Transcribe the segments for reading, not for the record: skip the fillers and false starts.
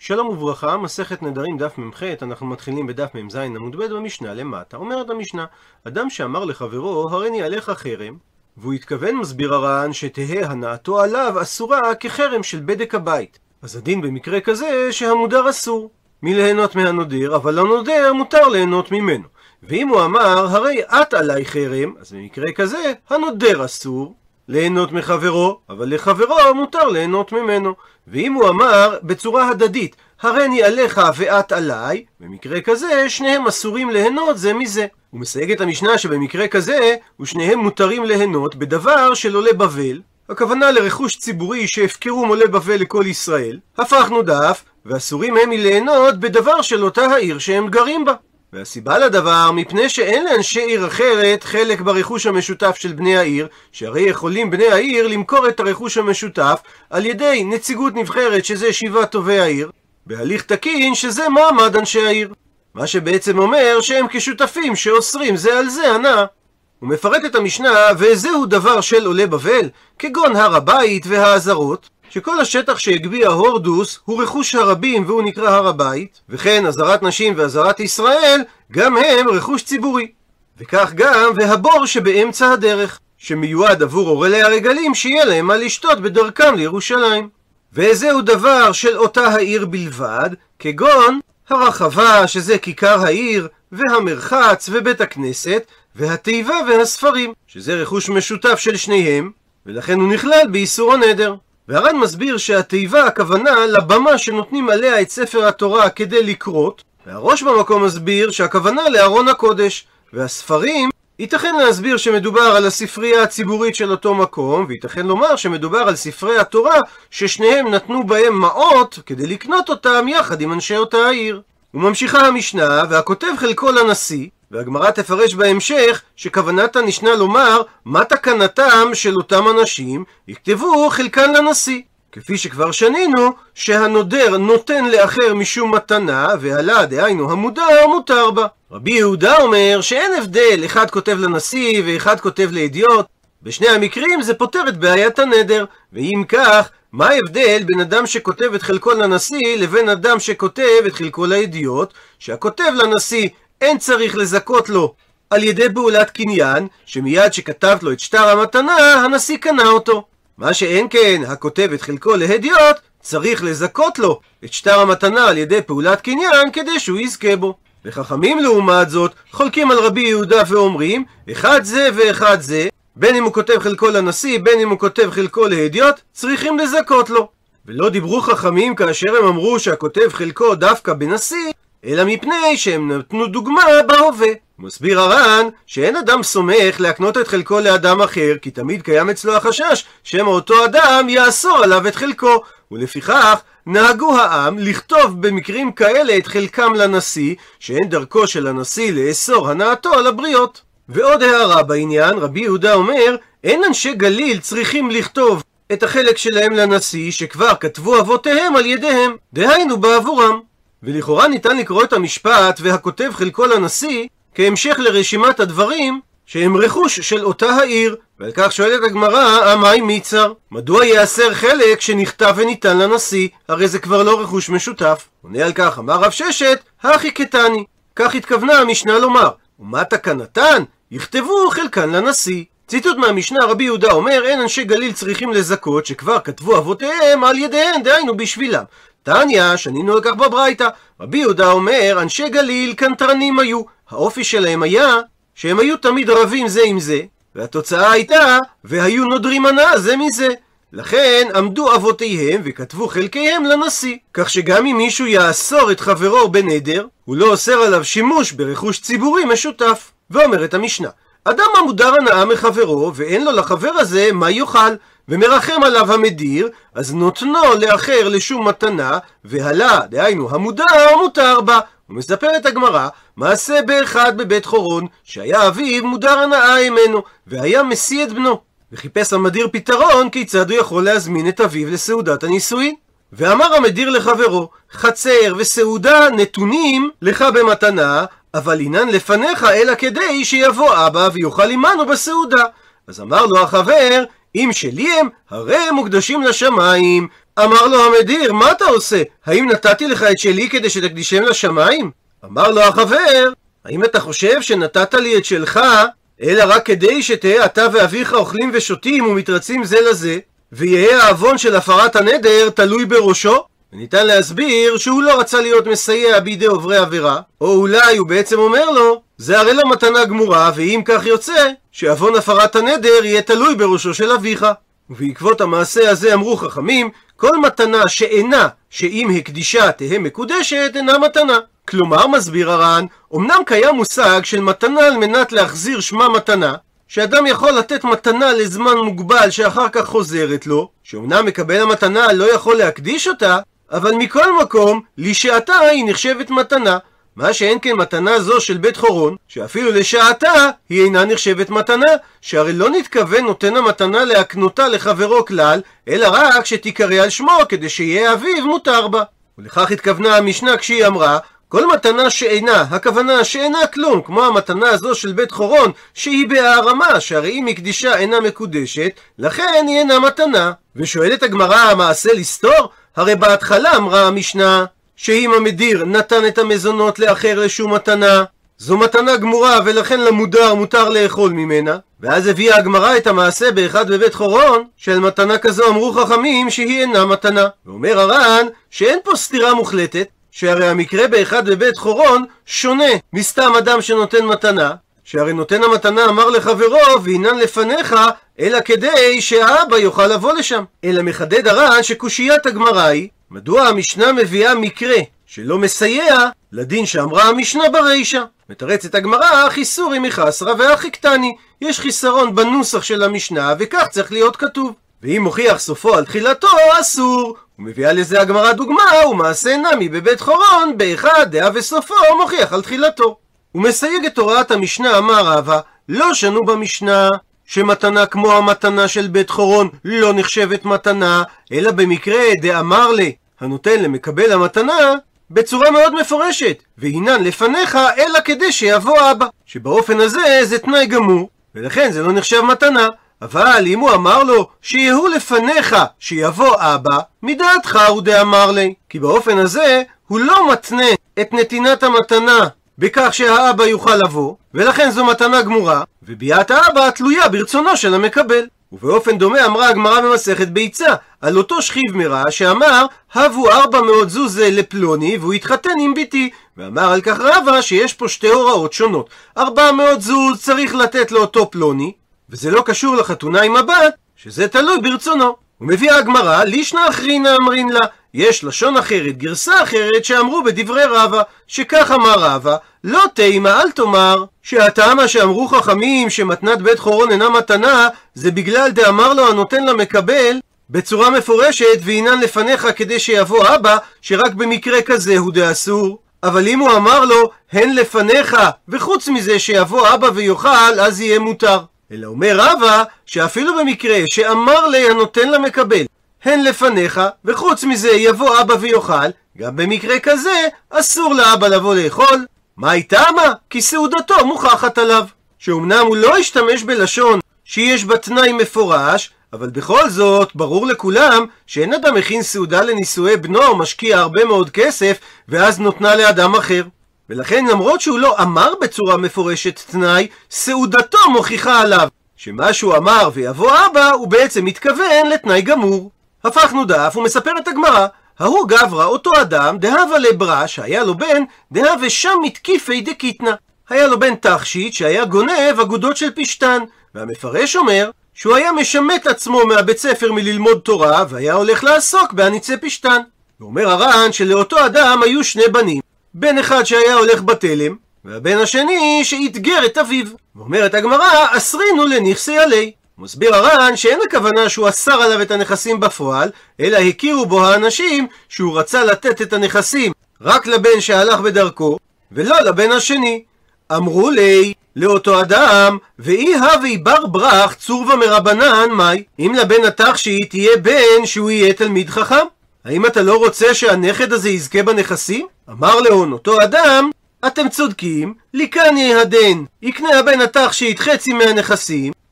שלום וברכה, מסכת נדרים דף מ"ח, אנחנו מתחילים בדף מ"ז עמוד ב' במשנה למטה. אומרת המשנה, אדם שאמר לחברו, הריני עליך חרם, והוא התכוון, מסביר הר"ן, שתהא הנאתו עליו אסורה כחרם של בדק הבית. אז הדין במקרה כזה שהמודר אסור מליהנות מהנודר, אבל לנודר מותר ליהנות ממנו. ואם הוא אמר, הרי את עלי חרם, אז במקרה כזה הנודר אסור ליהנות מחברו, אבל לחברו מותר ליהנות ממנו. ואם הוא אמר בצורה הדדית, הריני עליך ואת עליי, במקרה כזה שניהם אסורים ליהנות זה מזה. הוא מסייג את המשנה שבמקרה כזה ושניהם מותרים ליהנות בדבר של עולי בבל, הכוונה לרכוש ציבורי שהפקרו עולי בבל לכל ישראל. הפכנו דף, ואסורים הם מליהנות בדבר של אותה העיר שהם גרים בה. והסיבה לדבר, מפני שאין לאנשי עיר אחרת חלק ברכוש המשותף של בני העיר, שהרי יכולים בני העיר למכור את הרכוש המשותף על ידי נציגות נבחרת שזה 7 טובי העיר, בהליך תקין שזה מעמד אנשי העיר. מה שבעצם אומר שהם כשותפים שאוסרים זה על זה הנאה. הוא מפרט את המשנה, וזהו דבר של עולי בבל, כגון הר הבית והעזרות, שכל השטח שהגביע הורדוס הוא רכוש הרבים והוא נקרא הר הבית, וכן עזרת נשים ועזרת ישראל גם הם רכוש ציבורי. וכך גם והבור שבאמצע הדרך, שמיועד עבור אורלי הרגלים שיהיה להם מה לשתות בדרכם לירושלים. וזהו דבר של אותה העיר בלבד, כגון הרחבה שזה כיכר העיר, והמרחץ ובית הכנסת, והתיבה והספרים, שזה רכוש משותף של שניהם, ולכן הוא נכלל באיסור הנדר. והר"ן מסביר שהתיבה הכוונה לבמה שנותנים עליה את ספר התורה כדי לקרות, והראש במקום מסביר שהכוונה לארון הקודש, והספרים ייתכן להסביר שמדובר על הספרייה הציבורית של אותו מקום, וייתכן לומר שמדובר על ספרי התורה ששניהם נתנו בהם מעות כדי לקנות אותם יחד עם אנשי אותה העיר. וממשיכה המשנה, והכותב חלקו לנשיא, והגמרא תפרש בהמשך שכוונת המשנה לומר מה תקנתם של אותם אנשים, יכתבו חלקן לנשיא. כפי שכבר שנינו שהנודר נותן לאחר משום מתנה, והלה דהיינו המודר מותר בה. רבי יהודה אומר שאין הבדל, אחד כותב לנשיא ואחד כותב לאדיוט. בשני המקרים זה פותר את בעיית הנדר. ואם כך, מה ההבדל בין אדם שכותב את חלקו לנשיא לבין אדם שכותב את חלקו לאדיוט? שהכותב לנשיא אין צריך לזכות לו על ידי פעולת קניין, שמיד שכתבת לו את שטר המתנה, הנשיא קנה אותו. מה שאין כן, הכותב את חלקו להדיוט, צריך לזכות לו את שטר המתנה על ידי פעולת קניין כדי שהוא יזכה בו. וחכמים לעומת זאת חולקים על רבי יהודה ואומרים, אחד זה ואחד זה, בין אם הוא כותב חלקו לנשיא, בין אם הוא כותב חלקו להדיוט, צריכים לזכות לו. ולא דיברו חכמים כאשר הם אמרו שהכותב חלקו דווקא בנשיא, אלא מפני שהם נתנו דוגמה בהווה. מסביר הר"ן שאין אדם סומך להקנות את חלקו לאדם אחר, כי תמיד קיים אצלו החשש שמא אותו אדם יאסור עליו את חלקו, ולפיכך נהגו העם לכתוב במקרים כאלה את חלקם לנשיא, שאין דרכו של הנשיא לאסור הנאתו על הבריות. ועוד הערה בעניין, רבי יהודה אומר, אין אנשי גליל צריכים לכתוב את החלק שלהם לנשיא שכבר כתבו אבותיהם על ידיהם, דהיינו בעבורם. ולכאורה ניתן לקרוא את המשפט והכותב חלקו לנשיא כהמשך לרשימת הדברים שהם רכוש של אותה העיר. ועל כך שואלת הגמרא, אמי מיצר, מדוע יאסר חלק שנכתב וניתן לנשיא? הרי זה כבר לא רכוש משותף. עונה על כך, אמר רב ששת, הכי קטני. כך התכוונה המשנה לומר, ומה תקנתן? יכתבו חלקן לנשיא. ציטוט מהמשנה, רבי יהודה אומר, אין אנשי גליל צריכים לזכות שכבר כתבו אבותיהם על ידיהם, דהיינו בשבילם. תניא, שנינו על כך בברייתא, רבי יהודה אומר, אנשי גליל קנטרנים היו. האופי שלהם היה שהם היו תמיד רבים זה עם זה, והתוצאה הייתה והיו נודרים הנאה זה מזה. לכן עמדו אבותיהם וכתבו חלקיהם לנשיא, כך שגם אם מישהו יאסור את חברו בנדר, הוא לא אוסר עליו שימוש ברכוש ציבורי משותף. ואומרת המשנה, אדם המודר הנאה מחברו ואין לו לחבר הזה מה יאכל, ומרחם עליו המדיר, אז נותנו לאחר לשום מתנה, והלה, דהיינו המודר, מותר בה. ומספרת הגמרא, מעשה באחד בבית חורון, שהיה אביו מודר הנאה ממנו, והיה משיא את בנו. וחיפש המדיר פתרון כיצד הוא יכול להזמין את אביו לסעודת הנישואין. ואמר המדיר לחברו, חצר וסעודה נתונים לך במתנה, אבל אינן לפניך אלא כדי שיבוא אבא ויוכל עמנו בסעודה. אז אמר לו החבר, אם שלי הם, הרי הם מוקדשים לשמיים, אמר לו המדיר, מה אתה עושה? האם נתתי לך את שלי כדי שתקדישם לשמיים? אמר לו החבר, האם אתה חושב שנתת לי את שלך אלא רק כדי שתהיה אתה ואביך אוכלים ושותים ומתרצים זה לזה, ויהיה העוון של הפרת הנדר תלוי בראשו? וניתן להסביר שהוא לא רצה להיות מסייע בידי עוברי עבירה, או אולי הוא בעצם אומר לו, זה הרי לא מתנה גמורה, ואם כך יוצא שעוון הפרת הנדר יהיה תלוי בראשו של אביך. ובעקבות המעשה הזה אמרו חכמים, כל מתנה שאינה שאם הקדישה תהא מקודשת אינה מתנה. כלומר, מסביר הר"ן, אמנם קיים מושג של מתנה על מנת להחזיר שמה מתנה, שאדם יכול לתת מתנה לזמן מוגבל שאחר כך חוזרת לו, שאומנם מקבל המתנה לא יכול להקדיש אותה, אבל מכל מקום, לשעתה היא נחשבת מתנה. מה שאין כן מתנה זו של בית חורון, שאפילו לשעתה היא אינה נחשבת מתנה, שהרי לא נתכוון נותן המתנה להקנותה לחברו כלל, אלא רק שתיקרא על שמו כדי שיהיה אביו מותר בה. ולכך התכוונה המשנה כשהיא אמרה, כל מתנה שאינה, הכוונה שאינה כלום, כמו המתנה הזו של בית חורון, שהיא בהערמה, שהרי אם מקדישה אינה מקודשת, לכן היא אינה מתנה. ושואלת הגמרא, המעשה לסתור? הרי בהתחלה אמרה המשנה, שאם המדיר נתן את המזונות לאחר לשום מתנה, זו מתנה גמורה ולכן למודר מותר לאכול ממנה. ואז הביאה הגמרא את המעשה באחד בבית חורון, של מתנה כזו אמרו חכמים שהיא אינה מתנה. ואומר הר"ן שאין פה סתירה מוחלטת, שהרי המקרה באחד בבית חורון שונה מסתם אדם שנותן מתנה, שהרי נותן המתנה אמר לחברו והנן לפניך, אלא כדי שהאבא יוכל לבוא לשם. אלא מחדד הר"ן שקושיית הגמרא היא, מדוע המשנה מביאה מקרה שלא מסייע לדין שאמרה המשנה ברישה? מתרצת הגמרא, חיסורי מחסרא והכי קטני, יש חיסרון בנוסח של המשנה וכך צריך להיות כתוב, ואם מוכיח סופו על תחילתו אסור. ומביאה לזה הגמרא דוגמה ומעשה נמי בבית חורון באחד דעה וסופו מוכיח על תחילתו. ומסייג את הוראת המשנה אמר רבא, לא שנו במשנה שמתנה כמו המתנה של בית חורון לא נחשבת מתנה, אלא במקרה דאמר לי הנותן למקבל המתנה בצורה מאוד מפורשת, והינן לפניך אלא כדי שיבוא אבא, שבאופן הזה זה תנאי גמור ולכן זה לא נחשב מתנה. אבל אם הוא אמר לו שיהו לפניך שיבוא אבא, מדעתך הוא דאמר לי, כי באופן הזה הוא לא מתנה את נתינת המתנה בכך שהאבא יוכל לבוא, ולכן זו מתנה גמורה, וביאת האבא תלויה ברצונו של המקבל. ובאופן דומה אמרה הגמרא במסכת ביצה על אותו שכיב מרע שאמר הבו 400 זוזה לפלוני והוא התחתן עם ביתי, ואמר על כך רבא שיש פה שתי הוראות שונות. 400 זוז צריך לתת לאותו פלוני, וזה לא קשור לחתונה עם הבת, שזה תלוי ברצונו. ומביאה הגמרא לישנא אחרינא אמרין לה, יש לשון אחרת, גרסה אחרת שאמרו בדברי רבא, שכך אמר רבא, לא תימא אל תאמר שהטעמה שאמרו חכמים שמתנת בית חורון אינה מתנה, זה בגלל דאמר לו הנותן למקבל בצורה מפורשת והינן לפניך כדי שיבוא אבא, שרק במקרה כזה הוא דאסור. אבל אם הוא אמר לו הן לפניך וחוץ מזה שיבוא אבא ויאכל, אז יהיה מותר. אלא אומר רבא שאפילו במקרה שאמר לי הנותן למקבל הן לפניך וחוץ מזה יבוא אבא ויאכל, גם במקרה כזה אסור לאבא לבוא לאכול. מה הייתה מה? כי סעודתו מוכחת עליו. שאומנם הוא לא השתמש בלשון שיש בה תנאי מפורש, אבל בכל זאת ברור לכולם שאין אדם מכין סעודה לנישואי בנו או משקיע הרבה מאוד כסף ואז נותנה לאדם אחר. ולכן למרות שהוא לא אמר בצורה מפורשת תנאי, סעודתו מוכיחה עליו שמה שהוא אמר ויבוא אבא הוא בעצם מתכוון לתנאי גמור. הפכנו דף ומספרת הגמרא, ההוא גברא אותו אדם דהבה לברא שהיה לו בן דהבה שם מתקיפי דקיתנה, היה לו בן תכשיט שהיה גונב אגודות של פשטן, והמפרש אומר שהוא היה משמט עצמו מהבית ספר מללמוד תורה והיה הולך לעסוק בהניצי פשטן. ואומר הר"ן שלאותו אדם היו שני בנים, בן אחד שהיה הולך בתלם והבן השני שהתגר את אביו. ואומרת הגמרא אסרינו לנכסי עלי. מסביר הר"ן שאין הכוונה שהוא אסר עליו את הנכסים בפועל, אלא הכירו בו האנשים שהוא רצה לתת את הנכסים רק לבן שהלך בדרכו ולא לבן השני. אמרו לי לאותו אדם ואי הווי בר ברח צורבה מרבנן מאי, אם לבן התכשיט יהיה בן שהוא יהיה תלמיד חכם, האם אתה לא רוצה שהנכד הזה יזכה בנכסים? אמר להון אותו אדם אתם צודקים, ליקני הדן יקנה הבן התכשיט חצי מהנכסים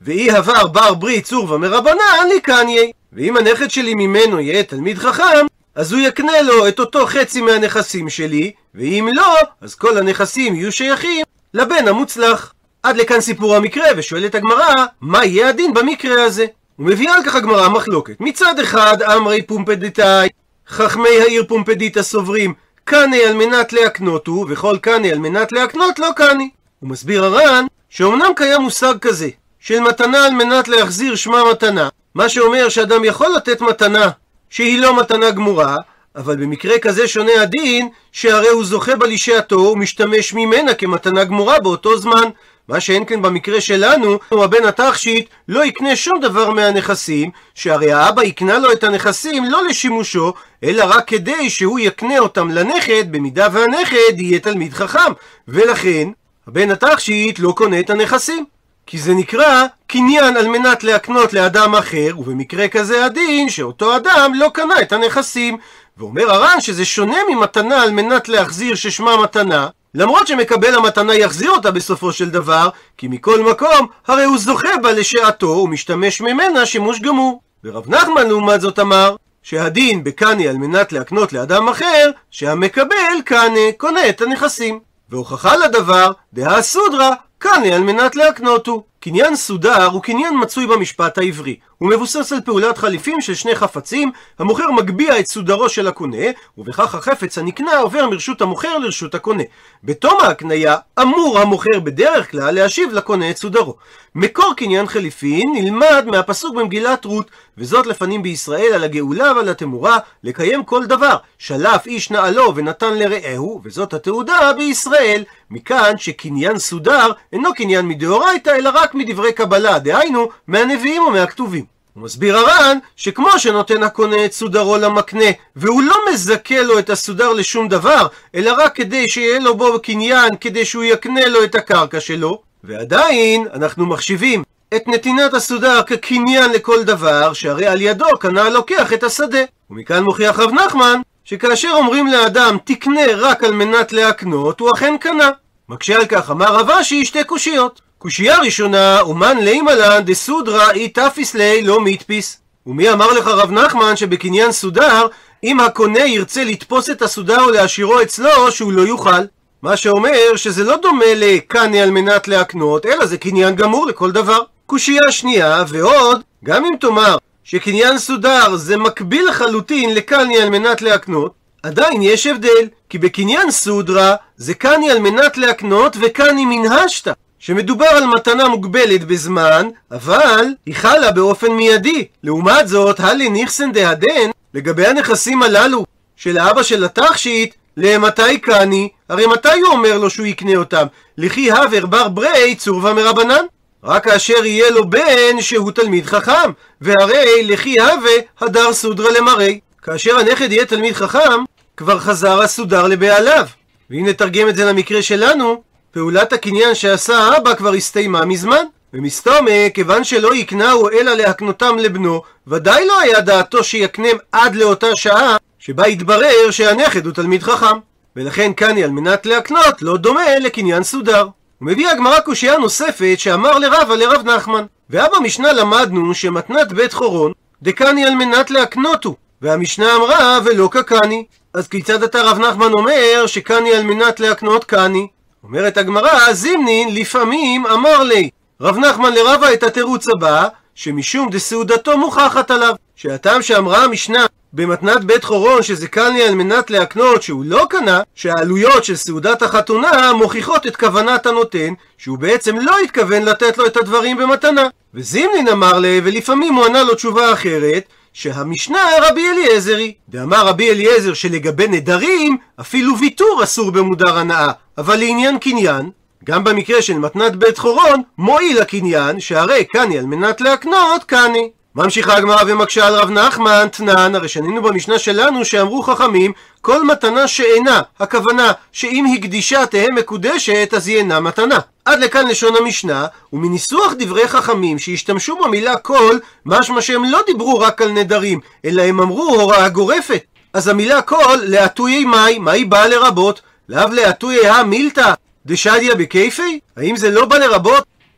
ואי עבר בר ברית צורבה מרבנן לקניה. ואם הנכד שלי ממנו יהיה תלמיד חכם, אז הוא יקנה לו את אותו חצי מהנכסים שלי, ואם לא, אז כל הנכסים יהיו שייכים לבן המוצלח. עד לכאן סיפור המקרה, ושואלת הגמרא, מה יהיה הדין במקרה הזה? ומביאה על כך הגמרא מחלוקת. מצד אחד, אמרי פומפדיתאי, חכמי העיר פומפדיתא סוברים, קני על מנת להקנותו, וכל קני על מנת להקנות לא קני. הוא מסביר הר"ן, שאומנם קיים מושג כזה, של מתנה על מנת להחזיר שמה מתנה, מה שאומר שאדם יכול לתת מתנה שהיא לא מתנה גמורה, אבל במקרה כזה שונה הדין, שהרי הוא זוכה בלישעתו ומשתמש ממנה כמתנה גמורה באותו זמן. מה שאין כן במקרה שלנו, הבן התכשיט לא יקנה שום דבר מהנכסים, שהרי האבא יקנה לו את הנכסים לא לשימושו, אלא רק כדי שהוא יקנה אותם לנכד, במידה והנכד יהיה תלמיד חכם, ולכן הבן התכשיט לא קונה את הנכסים. כי זה נקרא קניין על מנת להקנות לאדם אחר, ובמקרה כזה הדין שאותו אדם לא קנה את הנכסים. ואומר הר"ן שזה שונה ממתנה על מנת להחזיר ששמה מתנה, למרות שמקבל המתנה יחזיר אותה בסופו של דבר, כי מכל מקום הרי הוא זוכה בה לשעתו ומשתמש ממנה שימוש גמור. ורב נחמן לעומת זאת אמר שהדין בקני על מנת להקנות לאדם אחר, שהמקבל קנה קונה את הנכסים. והוכחה לדבר דהא סודרה קני על מנת להקנותו. קניין סודר הוא קניין מצוי במשפט העברי. הוא מבוסס על פעולת חליפים של שני חפצים, המוכר מגביע את סודרו של הקונה, ובכך החפץ הנקנה עובר מרשות המוכר לרשות הקונה. בתום ההקניה אמור המוכר בדרך כלל להשיב לקונה את סודרו. מקור קניין חליפין נלמד מהפסוק במגילת רות, וזאת לפנים בישראל על הגאולה ועל התמורה, לקיים כל דבר, שלף איש נעלו ונתן לרעהו, וזאת התעודה בישראל. מכאן שקניין סודר אינו קניין מדאורייתא אלא רק מדברי קבלה, דהיינו מהנביאים ומהכתובים. הוא מסביר הר"ן שכמו שנותן הקונה את סודרו למקנה, והוא לא מזכה לו את הסודר לשום דבר, אלא רק כדי שיהיה לו בו קניין, כדי שהוא יקנה לו את הקרקע שלו, ועדיין אנחנו מחשיבים את נתינת הסודר כקניין לכל דבר, שהרי על ידו קנה לוקח את השדה. ומכאן מוכיח רב נחמן שכאשר אומרים לאדם תקנה רק על מנת להקנות, הוא אכן קנה. מקשה על כך אמר רבא שהיא שתי קושיות. קושייה ראשונה, אומן לימה לן דסודרה אי תפיס לי לא מיתפיס. ומי אמר לך רב נחמן שבקניין סודר, אם הקונה ירצה לתפוס את הסודר ולהשאירו אצלו, שהוא לא יוכל? מה שאומר שזה לא דומה לקני על מנת להקנות, אלא זה קניין גמור לכל דבר. קושייה שנייה, ועוד, גם אם תאמר שקניין סודר זה מקביל לחלוטין לקני על מנת להקנות, עדיין יש הבדל, כי בקניין סודרה זה קני על מנת להקנות וקני מנהשתא, שמדובר על מתנה מוגבלת בזמן, אבל היא חלה באופן מיידי. לעומת זאת, הלי נכסן דהדן, לגבי הנכסים הללו של האבא של התכשיט, למתי קני? הרי מתי הוא אומר לו שהוא יקנה אותם? לכי הבר בר ברי צורבה מרבנן, רק כאשר יהיה לו בן שהוא תלמיד חכם, והרי לכי הווה הדר סודרה למראי. כאשר הנכד יהיה תלמיד חכם, כבר חזר הסודר לבעליו. ואם נתרגם את זה למקרה שלנו, פעולת הקניין שעשה האבא כבר הסתיימה מזמן, ומסתומה, כיוון שלא יקנהו אלא להקנותם לבנו, ודאי לא היה דעתו שיקנם עד לאותה שעה שבה יתברר שהנכד הוא תלמיד חכם, ולכן קני על מנת להקנות לא דומה לקניין סודר. ומביא הגמרא קושייה נוספת שאמר לרבא לרב נחמן, ואבא משנה למדנו שמתנת בית חורון דקני על מנת להקנותו, והמשנה אמרה ולא כקני. אז כיצד אתה רב נחמן אומר שקני על מנת להקנות קני? אומרת הגמרא, זימנין לפעמים אמר לי רב נחמן לרבא את התירוץ הבא, שמשום דסעודתו מוכחת עליו, שהטעם שאמרה המשנה במתנת בית חורון שזה קני על מנת להקנות שהוא לא קנה, שהעלויות של סעודת החתונה מוכיחות את כוונת הנותן, שהוא בעצם לא התכוון לתת לו את הדברים במתנה. וזימנין אמר לי, ולפעמים הוא ענה לו תשובה אחרת, שהמשנה רבי אליעזרי, דאמר רבי אליעזר שלגבי נדרים אפילו ויתור אסור במודר הנאה, אבל לעניין קניין, גם במקרה של מתנת בית חורון מועיל הקניין, שהרי קני על מנת להקנות קני. ממשיכה הגמרא ומקשה על רב נחמן תנן, הרי שנינו במשנה שלנו שאמרו חכמים כל מתנה שאינה, הכוונה שאם היא קדישה תהא מקודשת אז היא אינה מתנה. עד לכאן לשון המשנה, ומניסוח דברי חכמים שהשתמשו במילה כל, משמע שהם לא דיברו רק על נדרים, אלא הם אמרו הוראה גורפת. אז המילה כל להטויי מאי, מה היא באה לרבות? לאו להטויי המילתא דשדיה בקייפי? האם זה לא בא לרבות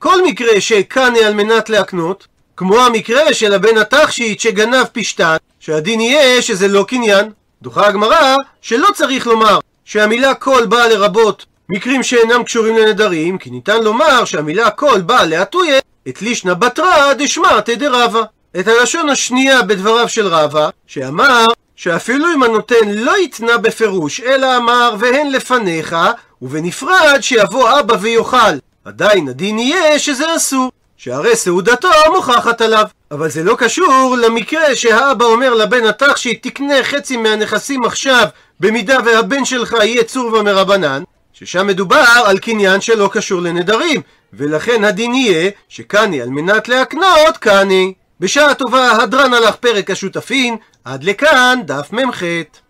כל מקרה שקנה על מנת להקנות, כמו המקרה של הבן התכשיט שגנב פשטן, שהדין יהיה שזה לא קניין. דוחה הגמרא שלא צריך לומר שהמילה כל באה לרבות מקרים שאינם קשורים לנדרים, כי ניתן לומר שהמילה כל באה להטויה את לישנא בתרא דשמעתא דרבא. את הלשון השנייה בדבריו של רבא, שאמר שאפילו אם הנותן לא יתנה בפירוש, אלא אמר והן לפניך, ובנפרד שיבוא אבא ויאכל, עדיין הדין יהיה שזה אסור, שהרי סעודתו מוכחת עליו. אבל זה לא קשור למקרה שהאבא אומר לבן התכשיט תקנה חצי מהנכסים עכשיו, במידה והבן שלך יהיה צורבא מרבנן, ששם מדובר על קניין שלא קשור לנדרים, ולכן הדין יהיה שקני על מנת להקנות קני. בשעה טובה הדרן הלך פרק השותפין, עד לכאן דף מ"ח.